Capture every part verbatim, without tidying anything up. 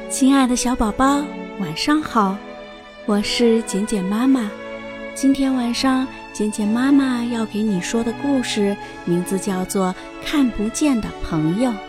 亲爱的小宝宝，晚上好，我是简简妈妈。今天晚上简简妈妈要给你说的故事名字叫做《看不见的朋友》。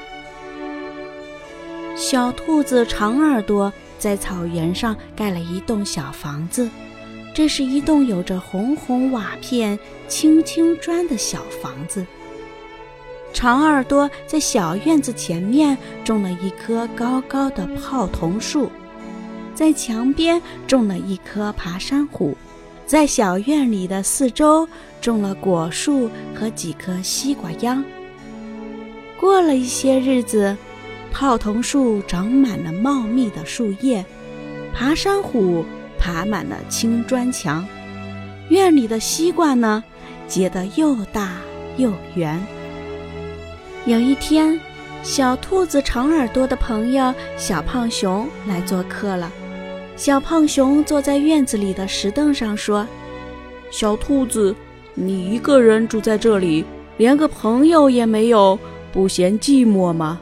小兔子长耳朵在草原上盖了一栋小房子，这是一栋有着红红瓦片、青青砖的小房子。长耳朵在小院子前面种了一棵高高的泡桐树，在墙边种了一棵爬山虎，在小院里的四周种了果树和几棵西瓜秧。过了一些日子，泡桐树长满了茂密的树叶，爬山虎爬满了青砖墙，院里的西瓜呢，结得又大又圆。有一天，小兔子长耳朵的朋友小胖熊来做客了。小胖熊坐在院子里的石凳上说：小兔子，你一个人住在这里，连个朋友也没有，不嫌寂寞吗？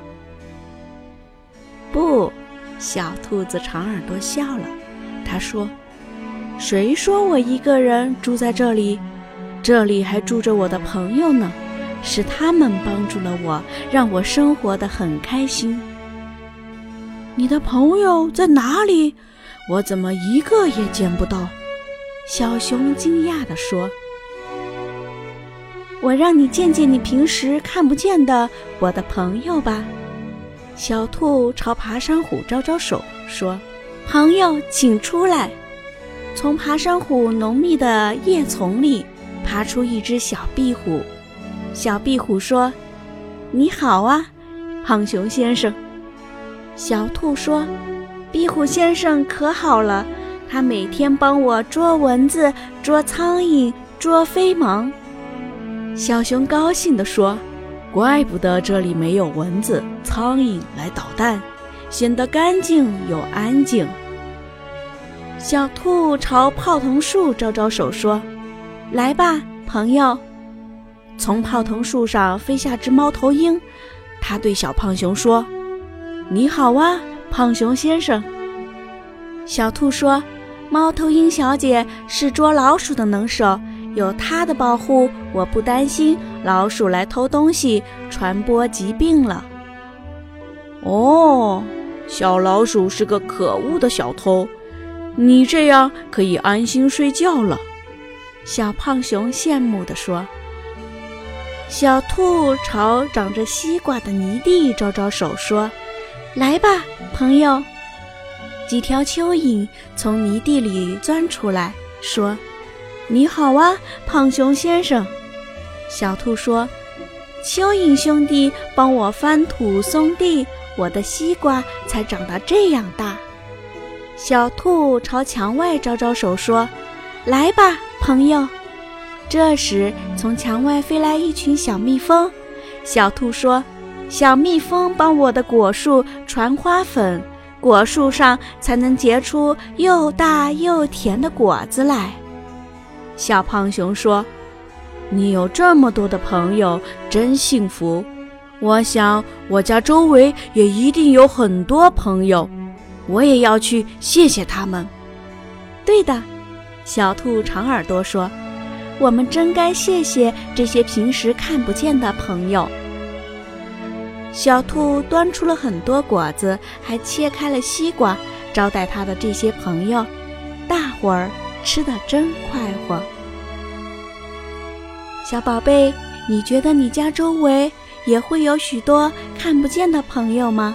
不，小兔子长耳朵笑了，他说：谁说我一个人住在这里？这里还住着我的朋友呢，是他们帮助了我，让我生活得很开心。你的朋友在哪里？我怎么一个也见不到？小熊惊讶地说：我让你见见你平时看不见的我的朋友吧。小兔朝爬山虎招招手说：朋友，请出来。从爬山虎浓密的叶丛里爬出一只小壁虎。小壁虎说：你好啊，胖熊先生。小兔说：壁虎先生可好了，他每天帮我捉蚊子、捉苍蝇、捉飞虻。小熊高兴地说：怪不得这里没有蚊子、苍蝇来捣蛋，显得干净又安静。小兔朝泡桐树招招手说：来吧，朋友。从泡桐树上飞下只猫头鹰，他对小胖熊说：你好啊，胖熊先生。小兔说：猫头鹰小姐是捉老鼠的能手，有她的保护，我不担心老鼠来偷东西传播疾病了。哦，小老鼠是个可恶的小偷，你这样可以安心睡觉了。小胖熊羡慕地说。小兔朝长着西瓜的泥地招招手说：来吧，朋友。几条蚯蚓从泥地里钻出来说：你好啊，胖熊先生。小兔说：蚯蚓兄弟帮我翻土松地，我的西瓜才长得这样大。小兔朝墙外招招手说：来吧，朋友。这时从墙外飞来一群小蜜蜂。小兔说：小蜜蜂帮我的果树传花粉，果树上才能结出又大又甜的果子来。小胖熊说：你有这么多的朋友，真幸福。我想我家周围也一定有很多朋友，我也要去谢谢他们。对的，小兔长耳朵说，我们真该谢谢这些平时看不见的朋友。小兔端出了很多果子，还切开了西瓜，招待他的这些朋友，大伙儿吃得真快活。小宝贝，你觉得你家周围也会有许多看不见的朋友吗？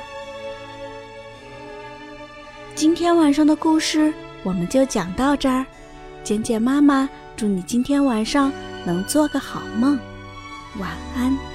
今天晚上的故事我们就讲到这儿，简简妈妈祝你今天晚上能做个好梦，晚安。